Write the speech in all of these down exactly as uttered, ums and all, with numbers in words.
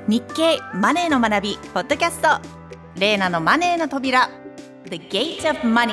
日経マネーの学びポッドキャスト、レーナのマネーの扉 The Gate of Money。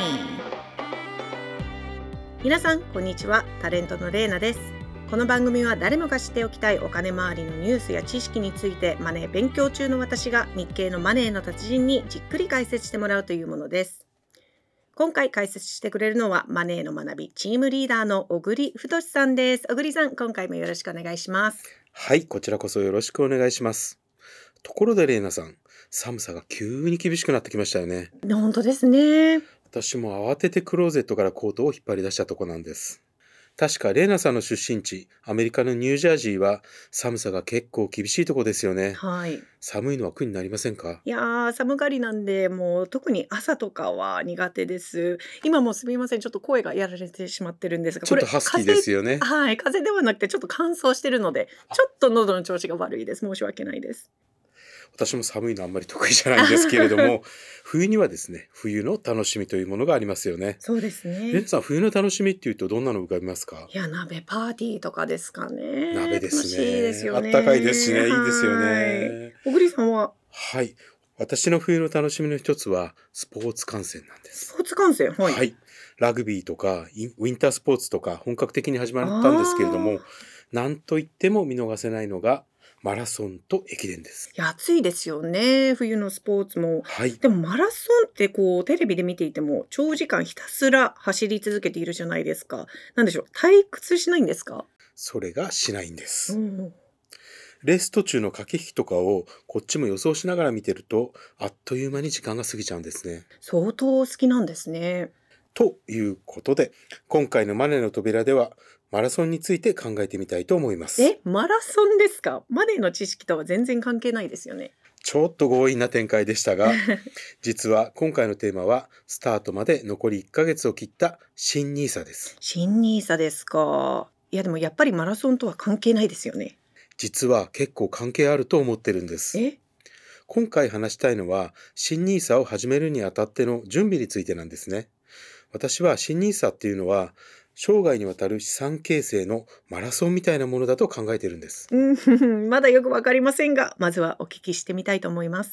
皆さんこんにちは、タレントのレーナです。この番組は誰もが知っておきたいお金周りのニュースや知識についてマネー勉強中の私が日経のマネーの達人にじっくり解説してもらうというものです。今回解説してくれるのはマネーの学びチームリーダーの小栗太さんです。小栗さん、今回もよろしくお願いします。 はい、こちらこそよろしくお願いします。ところでレイナさん、寒さが急に厳しくなってきましたよね。 本当ですね。 私も慌ててクローゼットからコートを引っ張り出したとこなんです。確かレイナさんの出身地アメリカのニュージャージーは寒さが結構厳しいとこですよね。 はい。 寒いのは苦になりませんか？ いやー、寒がりなんで、もう特に朝とかは苦手です。今もすみません、ちょっと声がやられてしまってるんですが、 ちょっとハスキーですよね。 風はい、風邪ではなくてちょっと乾燥してるので、ちょっと喉の調子が悪いです。申し訳ないです。 私も寒いのあんまり得意じゃないんですけれども冬にはですね、冬の楽しみというものがありますよね。 そうですレイね。 ナさん、冬の楽しみっていうとどんなの浮かびますか？ いや、鍋パーティーとかですかね。 鍋ですね。 楽しいですよね。 あったかいですしね。いいですよはい。 ね。 小栗さんははい。私の冬の楽しみの一つはスポーツ観戦なんです。 スポーツ観戦、はい。 はい。ラグビーとかインウィンタースポーツとか本格的に始まったんですけれども、なんといっても見逃せないのがマラソンと駅伝です。 いや、暑いですよね、冬のスポーツも。 はい。 でもマラソンってこうテレビで見ていても長時間ひたすら走り続けているじゃないですか。なんでしょう、退屈しないんですか？ それがしないんでうす。 ん。 レース途中の駆け引きとかをこっちも予想しながら見てると、あっという間に時間が過ぎちゃうんですね。 相当好きなんですね。 ということで、今回のマネーの扉ではマラソンについて考えてみたいと思います。 え、マラソンですか？マネーの知識とは全然関係ないですよね。 ちょっと強引な展開でしたが、実は今回のテーマはスタートまで残りいっかげつを切った新ニーサです。 新ニーサですか。いやでもやっぱりマラソンとは関係ないですよね。 実は結構関係あると思ってるんです。 え、 今回話したいのは新ニーサを始めるにあたっての準備についてなんですね。私は新ニーサっていうのは生涯にわたる資産形成のマラソンみたいなものだと考えてるんです。 うん、まだよくわかりませんが、まずはお聞きしてみたいと思います。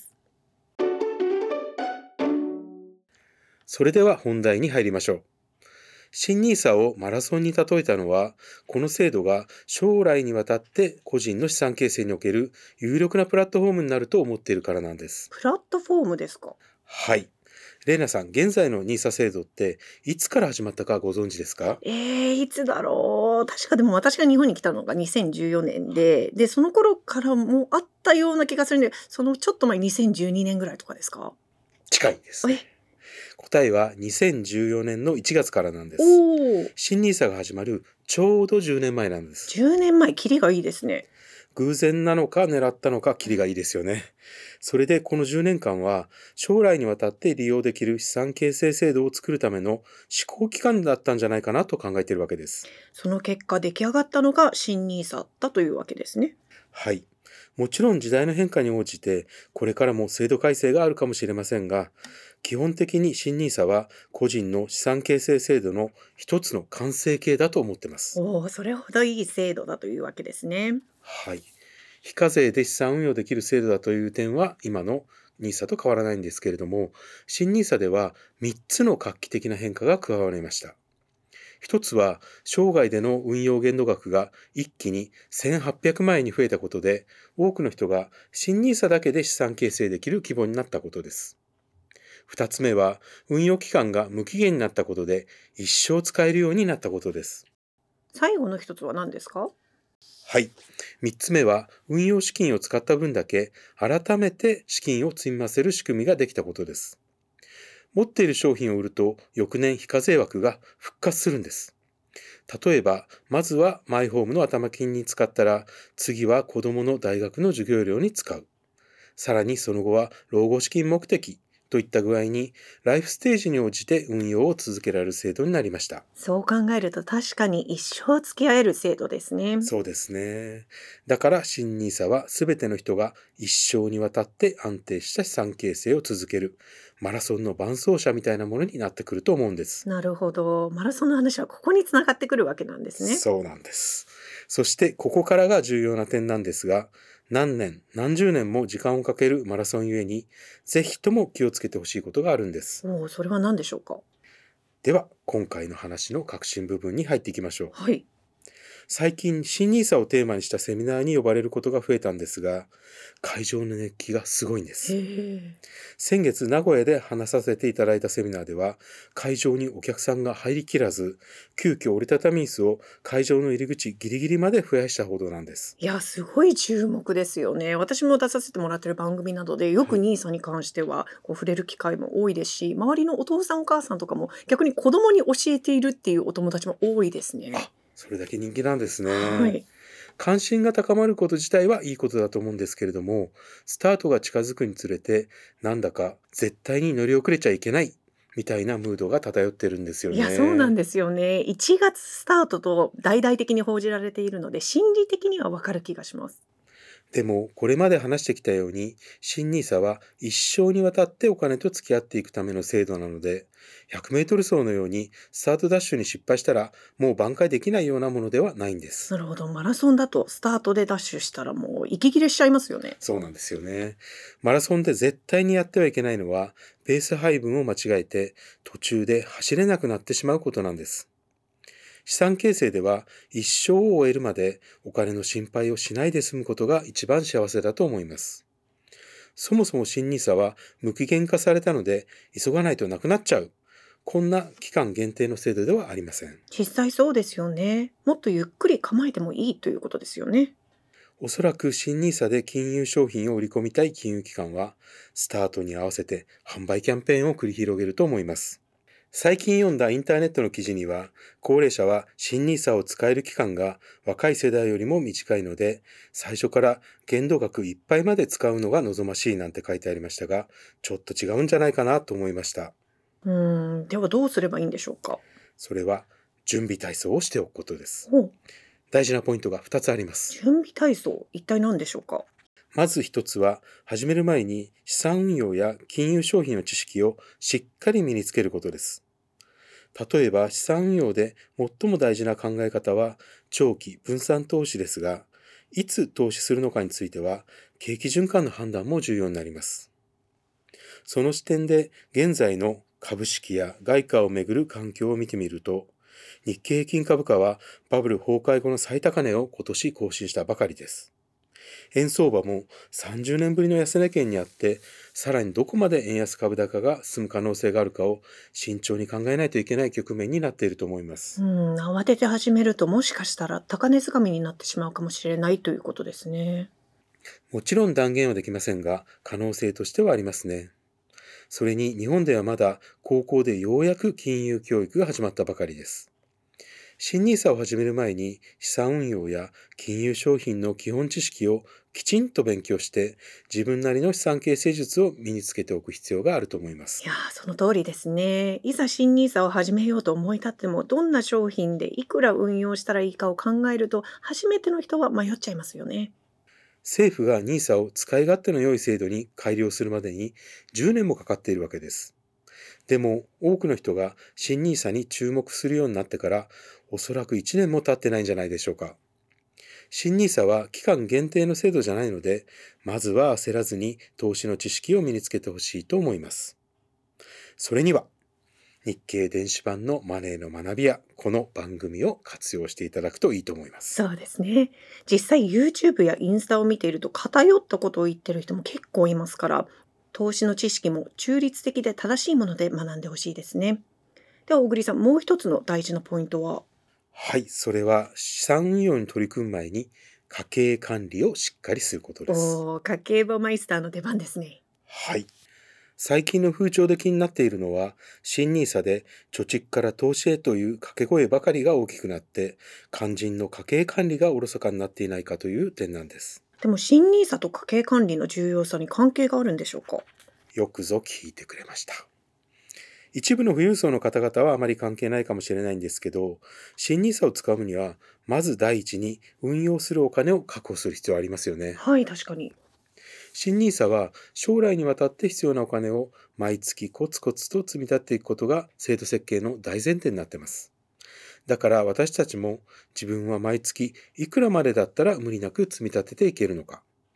それでは本題に入りましょう。新ニーサをマラソンに例えたのは、この制度が将来にわたって個人の資産形成における有力なプラットフォームになると思っているからなんです。 プラットフォームですか？ はい。レイナさん、現在のニーサ制度っていつから始まったかご存知ですか？ えー、いつだろう。確かでも私が日本に来たのがにせんじゅうよねんで、で、その頃からもあったような気がするんで、そのちょっと前にせんじゅうにねんぐらいとかですか？ 近いですね。 え、 答えはにせんじゅうよねんのいちがつからなんです。 おー、 新ニーサが始まるちょうどじゅうねんまえなんです。 じゅうねんまえ、キリがいいですね。 偶然なのか狙ったのかキリがいいですよね。それでこのじゅうねんかんは将来にわたって利用できる資産形成制度を作るための試行期間だったんじゃないかなと考えているわけです。 その結果出来上がったのが新ニーサだというわけですね。 はい。もちろん時代の変化に応じてこれからも制度改正があるかもしれませんが、基本的に新ニーサは個人の資産形成制度の一つの完成形だと思っています。 おお、それほどいい制度だというわけですね。 はい。非課税で資産運用できる制度だという点は今のニーサと変わらないんですけれども、新ニーサではみっつの画期的な変化が加わりました。一つは生涯での運用限度額が一気にせんはっぴゃくまんえんに増えたことで、多くの人が新ニーサだけで資産形成できる規模になったことです。二つ目は運用期間が無期限になったことで一生使えるようになったことです。 最後の一つは何ですか？ はい。三つ目は運用資金を使った分だけ改めて資金を積み増せる仕組みができたことです。持っている商品を売ると翌年非課税枠が復活するんです。例えば、まずはマイホームの頭金に使ったら、次は子供の大学の授業料に使う。さらにその後は老後資金目的といった具合に、ライフステージに応じて運用を続けられる制度になりました。 そう考えると確かに一生付き合える制度ですね。 そうですね。だから新ニーサはすべての人が一生にわたって安定した資産形成を続けるマラソンの伴走者みたいなものになってくると思うんです。 なるほど。マラソンの話はここに繋がってくるわけなんですね。 そうなんです。そしてここからが重要な点なんですが、 何年、何十年も時間をかけるマラソンゆえに、ぜひとも気をつけてほしいことがあるんです。 おお、それは何でしょうか？ では、今回の話の核心部分に入っていきましょう。 はい。 最近、新ニーサをテーマにしたセミナーに呼ばれることが増えたんですが、会場の熱気がすごいんでへす。 え。 先月、名古屋で話させていただいたセミナーでは、会場にお客さんが入りきらず、急遽折りたたみ椅子を会場の入り口ギリギリまで増やしたほどなんです。 いや、すごい注目ですよね。私も出させてもらってる番組などで、よくはい。 ニーサに関してはこう触れる機会も多いですし、周りのお父さんお母さんとかも逆に子供に教えているっていうお友達も多いですね。 あ、それだけ人気なんですね。 はい。 関心が高まること自体はいいことだと思うんですけれども、スタートが近づくにつれて、なんだか絶対に乗り遅れちゃいけないみたいなムードが漂ってるんですよいや、そうなんね。 ですよね。いちがつスタートと大々的に報じられているので、心理的にはわかる気がします。 でも、これまで話してきたように、新ニーサは一生にわたってお金と付き合っていくための制度なので、ひゃくメートル走のようにスタートダッシュに失敗したら、もう挽回できないようなものではないんです。 なるほど。マラソンだとスタートでダッシュしたらもう息切れしちゃいますよね。 そうなんですよね。マラソンで絶対にやってはいけないのは、ペース配分を間違えて途中で走れなくなってしまうことなんです。資産形成では一生を終えるまでお金の心配をしないで済むことが一番幸せだと思います。そもそも新ニーサは無期限化されたので急がないとなくなっちゃう。こんな期間限定の制度ではありません。 実際そうですよね。もっとゆっくり構えてもいいということですよね。 おそらく新ニーサで金融商品を売り込みたい金融機関はスタートに合わせて販売キャンペーンを繰り広げると思います。最近読んだインターネットの記事には、高齢者は新ニーサを使える期間が若い世代よりも短いので、最初から限度額いっぱいまで使うのが望ましいなんて書いてありましたが、ちょっと違うんじゃないかなと思いました。 うーん、ではどうすればいいんでしょうか。 それは準備体操をしておくことです。 ほう。 大事なポイントがふたつあります。 準備体操、一体何でしょうか。 まずひとつは、始める前に資産運用や金融商品の知識をしっかり身につけることです。例えば資産運用で最も大事な考え方は長期分散投資ですが、いつ投資するのかについては景気循環の判断も重要になります。その視点で現在の株式や外貨をめぐる環境を見てみると、日経平均株価はバブル崩壊後の最高値を今年更新したばかりです。円相場もさんじゅうねんぶりの安値圏にあって、さらにどこまで円安株高が進む可能性があるかを慎重に考えないといけない局面になっていると思います。 うん、慌てて始めるともしかしたら高値掴みになってしまうかもしれないということですね。 もちろん断言はできませんが、可能性としてはありますね。それに日本ではまだ高校でようやく金融教育が始まったばかりです。新ニーサを始める前に資産運用や金融商品の基本知識をきちんと勉強して自分なりの資産形成術を身につけておく必要があると思います。 いやー、その通りですね。いざ新ニーサを始めようと思い立っても、どんな商品でいくら運用したらいいかを考えると、初めての人は迷っちゃいますよね。 政府がニーサを使い勝手の良い制度に改良するまでにじゅうねんもかかっているわけです。でも多くの人が新ニーサに注目するようになってからおそらくいちねんも経ってないんじゃないでしょうか。新ニーサは期間限定の制度じゃないので、まずは焦らずに投資の知識を身につけてほしいと思います。それには日経電子版のマネーの学びやこの番組を活用していただくといいと思います。 そうですね。実際 YouTube やインスタを見ていると偏ったことを言ってる人も結構いますから、投資の知識も中立的で正しいもので学んでほしいですね。では小栗さん、もう一つの大事なポイントは？ はい、それは資産運用に取り組む前に家計管理をしっかりすることです。 おー、家計簿マイスターの出番ですね。 はい。最近の風潮で気になっているのは、新ニーサで貯蓄から投資へという掛け声ばかりが大きくなって、肝心の家計管理がおろそかになっていないかという点なんです。 でも新ニーサと家計管理の重要さに関係があるんでしょうか？ よくぞ聞いてくれました。一部の富裕層の方々はあまり関係ないかもしれないんですけど、新ニーサを使うには、まず第一に運用するお金を確保する必要ありますよね。 はい、確かに。 新ニーサは将来にわたって必要なお金を毎月コツコツと積み立っていくことが制度設計の大前提になっています。だから私たちも自分は毎月いくらまでだったら無理なく積み立てていけるのか、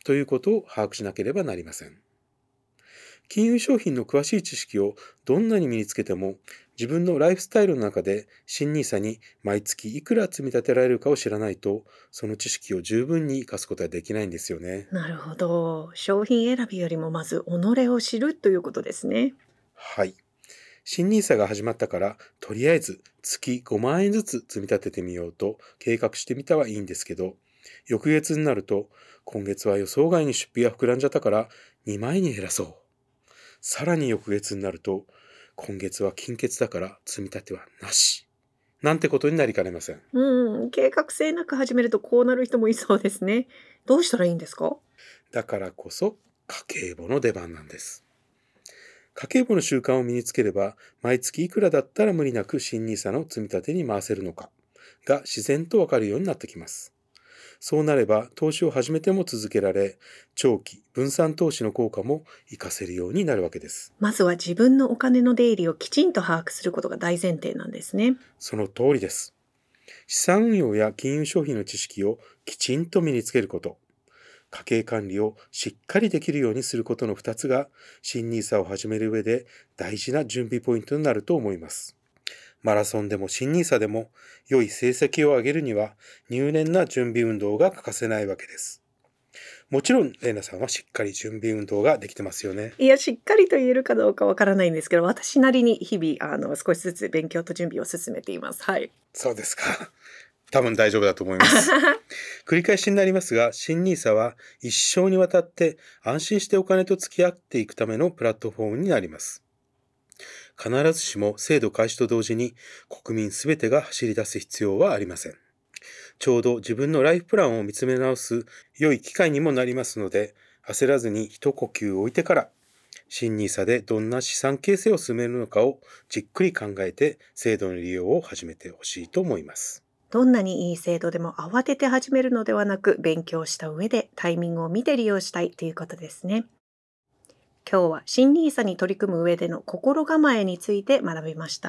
ということを把握しなければなりません。金融商品の詳しい知識をどんなに身につけても、自分のライフスタイルの中で新ニーサに毎月いくら積み立てられるかを知らないと、その知識を十分に活かすことはできないんですよね。 なるほど。商品選びよりもまず己を知るということですね。 はい。新ニーサが始まったから、とりあえず月ごまんえんずつ積み立ててみようと計画してみたはいいんですけど、翌月になると、今月は予想外に出費が膨らんじゃったからにまんえんに減らそう。さらに翌月になると、今月は金欠だから積み立てはなし。なんてことになりかねません。 うん、計画性なく始めるとこうなる人もいそうですね。どうしたらいいんですか？ だからこそ家計簿の出番なんです。家計簿の習慣を身につければ、毎月いくらだったら無理なく新ニーサの積み立てに回せるのかが自然とわかるようになってきます。そうなれば投資を始めても続けられ、長期分散投資の効果も活かせるようになるわけです。 まずは自分のお金の出入りをきちんと把握することが大前提なんですね。 その通りです。資産運用や金融商品の知識をきちんと身につけること、家計管理をしっかりできるようにすることのふたつが、新ニーサを始める上で大事な準備ポイントになると思います。マラソンでも新ニーサでも良い成績を上げるには入念な準備運動が欠かせないわけです。もちろんレイナさんはしっかり準備運動ができてますよね。 いや、しっかりと言えるかどうかわからないんですけど、私なりに日々あの少しずつ勉強と準備を進めています。はい。 そうですか。多分大丈夫だと思います。繰り返しになりますが、新ニーサは一生にわたって安心してお金と付き合っていくためのプラットフォームになります。必ずしも制度開始と同時に国民すべてが走り出す必要はありません。ちょうど自分のライフプランを見つめ直す良い機会にもなりますので、焦らずに一呼吸置いてから、新ニーサでどんな資産形成を進めるのかをじっくり考えて制度の利用を始めてほしいと思います。 どんなにいい制度でも慌てて始めるのではなく、勉強した上でタイミングを見て利用したいということですね。今日は新ニーサに取り組む上での心構えについて学びました。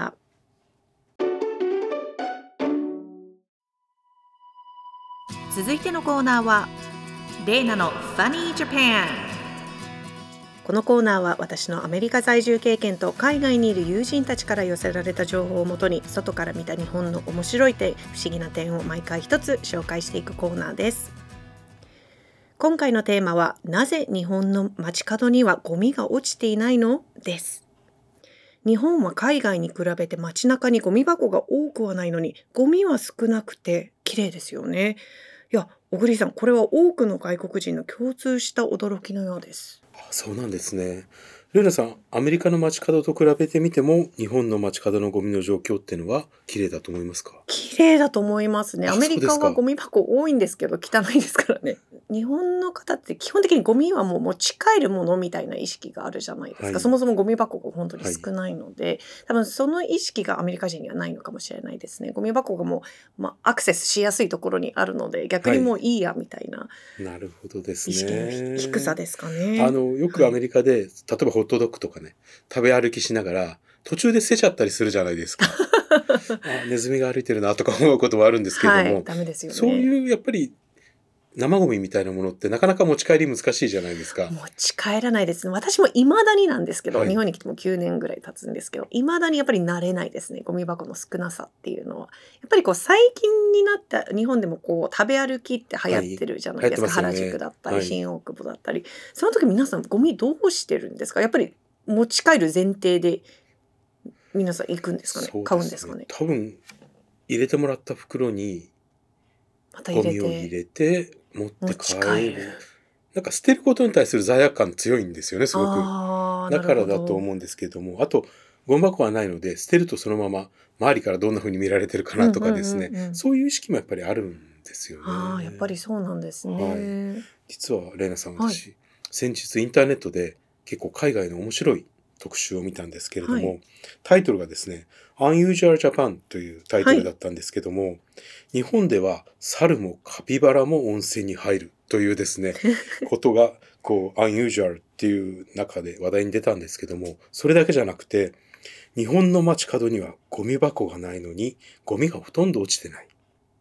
続いてのコーナーはレイナの Funny Japan。 このコーナーは私のアメリカ在住経験と海外にいる友人たちから寄せられた情報をもとに、外から見た日本の面白い点、不思議な点を毎回一つ紹介していくコーナーです。今回のテーマは、なぜ日本の街角にはゴミが落ちていないの？です。日本は海外に比べて街中にゴミ箱が多くはないのに、ゴミは少なくて綺麗ですよね。いや、小栗さん、これは多くの外国人の共通した驚きのようです。 あ、そうなんですね。レイナさん、アメリカの街角と比べてみても、日本の街角のゴミの状況っていうのは綺麗だと思いますか？ 綺麗だと思いますね。 あアメリカそうですかはゴミ箱多いんですけど汚いですからね。日本の方って基本的にゴミはもう持ち帰るものみたいな意識があるじゃないですか。 はいそもそもゴミ箱が本当に少ないので、多分その意識がアメリカ人にはないのかもしれないですね。ゴミ箱がもう、まあ、アクセスしやすいところにあるので、逆にもういいやみたいななるほどです意識のね。 低さですかね。 あの、よくアメリカで、例えばホットドッグとかね、食べ歩きしながら、途中で捨てちゃったりするじゃないですか。あ、ネズミが歩いてるなとか思うこともあるんですけれども、 はい、ダメですよね。 そういうやっぱり生ゴミみたいなものってなかなか持ち帰り難しいじゃないですか。 持ち帰らないですね。私も未だになんですけど、 はい日本に来てもきゅうねんぐらい経つんですけど、未だにやっぱり慣れないですね。ゴミ箱の少なさっていうのは。やっぱりこう最近になった日本でもこう食べ歩きって流行ってるじゃないですか。 はい流行ってますよね原宿だったり、 はい新大久保だったり。その時皆さんゴミどうしてるんですか？やっぱり持ち帰る前提で皆さん行くんですかね。 そう買うんですかね。 多分、入れてもらった袋にまた入れゴミを入てれて持って持ち帰る。 帰る。 なんか捨てることに対する罪悪感強いんですよね、すごく。 ああ、 だからなるほど。 だと思うんですけれども、あと、ゴミ箱はないので、捨てるとそのまま周りからどんな風に見られてるかなとかですね、 うんうんうんうんそういう意識もやっぱりあるんですよね。 ああ、やっぱりそうなんですね。 実はレイナさん、 はい私、先日インターネットで結構海外の面白い特集を見たんですけれども、 はいタイトルがですね、Unusual Japan というタイトルだったんですけども、日本では猿もカピバラも温泉に入るというですね、ことがこう Unusual っていう中で話題に出たんですけども、それだけじゃなくて、日本の街角にはゴミ箱がないのにゴミがほとんど落ちてない。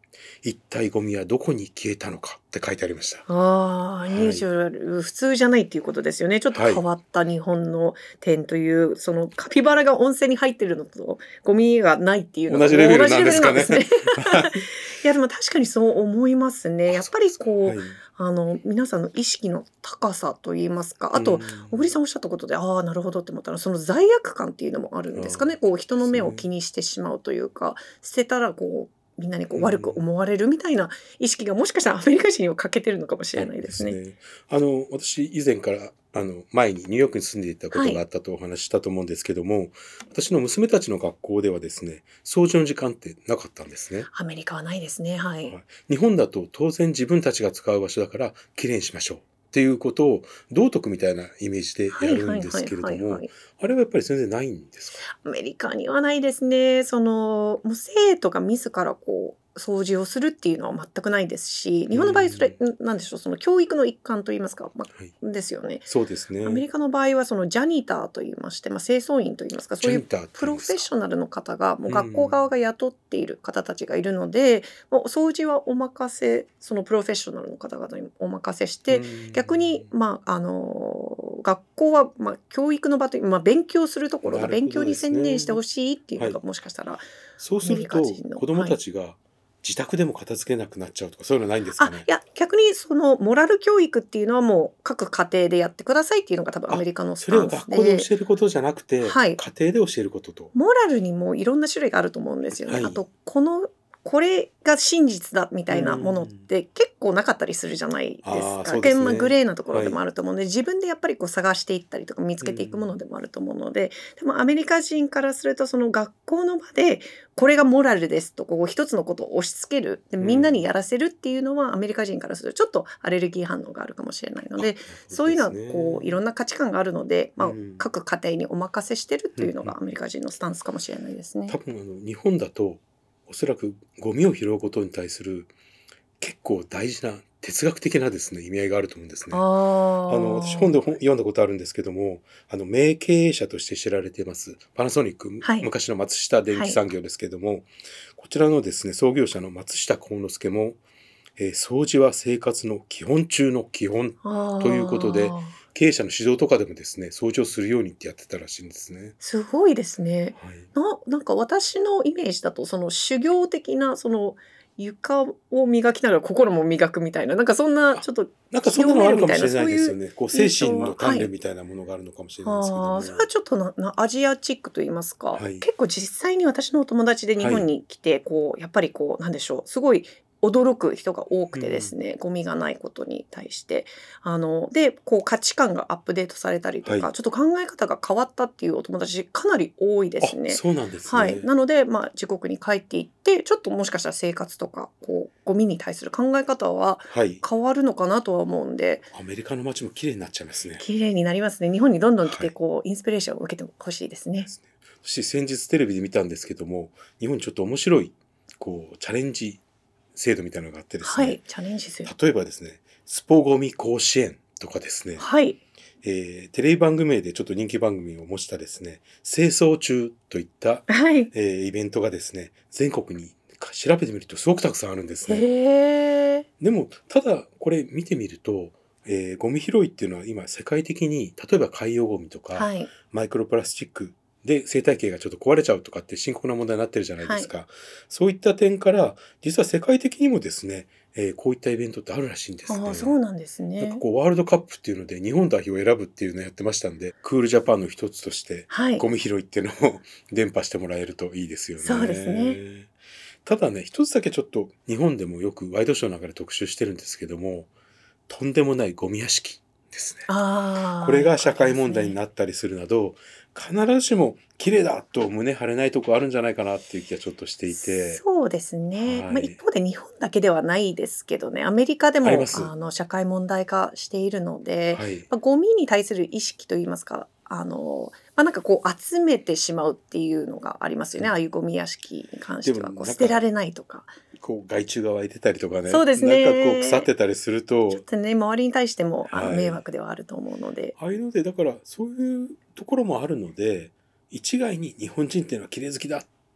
一体ゴミはどこに消えたのかって書いてありました。 ああ、ニュージュラル、普通じゃないっていうことですよね。ちょっとはい変わった日本の点という、そのカピバラが温泉に入ってるのとゴミがないっていうのが同じレベルなんですかね。 同じレベルなんですね。いやでも確かにそう思いますね。やっぱりこう、 はい、 あの皆さんの意識の高さといいますか、あとうん小栗さんおっしゃったことで、ああなるほどって思ったら、その罪悪感っていうのもあるんですかね。 あーこう人の目をそうですね気にしてしまうというか、捨てたらこうみんなにこううん悪く思われるみたいな意識がもしかしたらアメリカ人には欠けてるのかもしれないですね。 そうですね。あの私以前からあの前にニューヨークに住んでいたことがあったとお話ししたと思うんですけども、私の娘たちの学校ではですね、掃除の時間ってなかったんですね。 アメリカはないですね。はい。 はい日本だと当然自分たちが使う場所だからきれいにしましょうっていうことを道徳みたいなイメージではいやるんですはいはいけれども、 はいはい。 あれはやっぱり全然ないんですか？ アメリカにはないですね。そのもう生徒が自らこう掃除をするっていうのは全くないですし、日本の場合それ、んなんでしょう、その教育の一環といいますか、まはい、 あ、ですよね。 そうですね。 アメリカの場合はそのジャニターといいまして、まあ、清掃員といいますか、そういうジャニターってプロフェッショナルの方がもううん学校側が雇っている方たちがいるので、もう掃除はお任せ、そのプロフェッショナルの方々にお任せして、逆に、まあ、あの学校は、まあ、教育の場という、まあ、勉強するところがなるほど勉強に専念してほしいっていうのがはいもしかしたら、 そうするとアメリカ人の子どもたちが自宅でも片付けなくなっちゃうとかそういうのないんですかね？ あいや逆にそのモラル教育っていうのはもう各家庭でやってくださいっていうのが多分アメリカのスそれはタンス学校でで、 教えることじゃなくて、 はい家庭で教えることと。 モラルにもいろんな種類があると思うんですよね。 はいあとこのこれが真実だみたいなものって結構なかったりするじゃないですあーか。 そうですねまあグレーなところでもあると思うので、自分でやっぱりこう探していったりとか見つけていくものでもあると思うので、でもアメリカ人からするとその学校の場でこれがモラルですとこう一つのことを押し付ける、でみんなにやらせるっていうのはアメリカ人からするとちょっとアレルギー反応があるかもしれないので、そういうのはこういろんな価値観があるので、まあうん各家庭にお任せしてるっていうのがアメリカ人のスタンスかもしれないですね。 多分あの日本だとおそらくゴミを拾うことに対する結構大事な哲学的なですね意味合いがあると思うんですね。 ああの私本でで本読んだことあるんですけども、あの名経営者として知られていますパナソニック、 はい昔の松下電器産業ですけども、こちらのですね創業者の松下幸之助も、えー掃除は生活の基本中の基本、ということで経営者の指導とかでもですね掃除をするようにってやってたらしいんですね。 すごいですね。 はい、 ななんか私のイメージだとその修行的なその床を磨きながら心も磨くみたいな、なんかそんなちょっとなんかそんなのあるかもしれないですよ清ね。こう精神の鍛はい錬みたいなものがあるのかもしれないですけども。 ああ、それはちょっとななアジアチックと言いますか、 はい結構実際に私のお友達で日本に来て、こうやっぱりこうなんでしょう、すごい驚く人が多くてですね、ゴミがないことに対してあのでこう価値観がアップデートされたりとか、 はいちょっと考え方が変わったっていうお友達かなり多いですねあ、。そうなんですね。 はい、なので、まあ、自国に帰っていってちょっともしかしたら生活とかこうゴミに対する考え方ははい。 変わるのかなとは思うんで、 アメリカの街も綺麗になっちゃいますね。 綺麗になりますね。日本にどんどん来はいてこうインスピレーションを受けてほしいですね。 そして先日テレビで見たんですけども、日本にちょっと面白いこうチャレンジ制度みたいなのがあってですね、 はい、チャレンジする。 例えばですね、スポゴミ甲子園とかですね、 はい、 えーテレビ番組名でちょっと人気番組を模したですね、清掃中といった、 はい。 えーイベントがですね、全国に調べてみるとすごくたくさんあるんですね。 へえ。 でもただこれ見てみると、えーゴミ拾いっていうのは今世界的に例えば海洋ゴミとか、 はい、 マイクロプラスチックで生態系がちょっと壊れちゃうとかって深刻な問題になってるじゃないですか、そういった点から実は世界的にもですね、えーこういったイベントってあるらしいんですね。 ああ、そうなんですなんかね。 こうワールドカップっていうので日本代表を選ぶっていうのをやってましたんで、クールジャパンの一つとしてはいゴ、ミ拾いっていうのを伝播してもらえるといいですよね。 そうですね。 ただね、一つだけちょっと日本でもよくワイドショーの中で特集してるんですけども、とんでもないゴミ屋敷ですね。 ああ、 これが社会問題にっなったりするなど、必ずしも綺麗だと胸張れないとこあるんじゃないかなっていう気がちょっとしていて。 そうですね。 はいまあ一方で日本だけではないですけどね、アメリカでもありますあの社会問題化しているので、 はい。 まあ、ゴミに対する意識といいますか、あの、まあ、なんかこう集めてしまうっていうのがありますよね。ああいうゴミ屋敷に関してはこうでもなんか捨てられないとか。 こう害虫が湧いてたりとかね。 そうですねなんかこう腐ってたりすると、 ちょっとね、周りに対してもあのはい迷惑ではあると思うので。 ああいうので、だからそういうところもあるので、一概に日本人っていうのは綺麗好きだ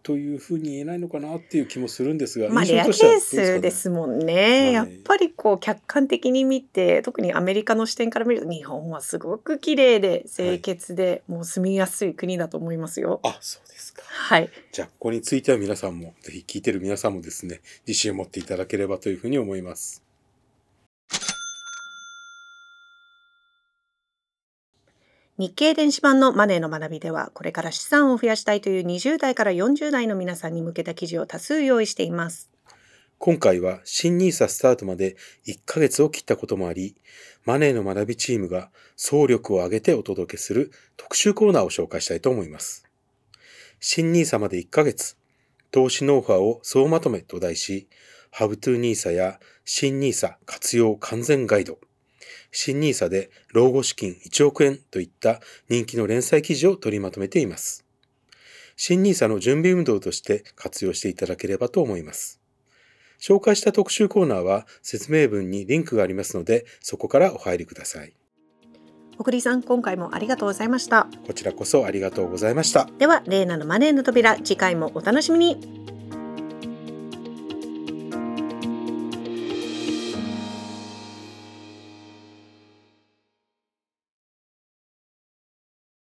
というふうに言えないのかなっていう気もするんですが、 まあ、 印象レアケーとしてはどうですかスでね。 すもんね。 はいやっぱりこう客観的に見て、特にアメリカの視点から見ると日本はすごく綺麗で清潔で、もう住みやすい国だと思いますよ。 あ、そうですか。 はい。 じゃあここについては皆さんもぜひ聞いてる皆さんもですね、自信を持っていただければというふうに思います。 日経電子版のマネーの学びでは、これから資産を増やしたいというにじゅう代からよんじゅう代の皆さんに向けた記事を多数用意しています。 今回は新ニーサスタートまでいっかげつを切ったこともあり、マネーの学びチームが総力を挙げてお届けする特集コーナーを紹介したいと思います。新ニーサまでいっかげつ、投資ノウハウを総まとめと題し、How to ニーサや新ニーサ活用完全ガイド、新ニーサで老後資金いちおくえんといった人気の連載記事を取りまとめています。新ニーサの準備運動として活用していただければと思います。紹介した特集コーナーは説明文にリンクがありますので、そこからお入りください。 小栗さん、今回もありがとうございました。 こちらこそありがとうございました。 では、レイナのマネーの扉、次回もお楽しみに。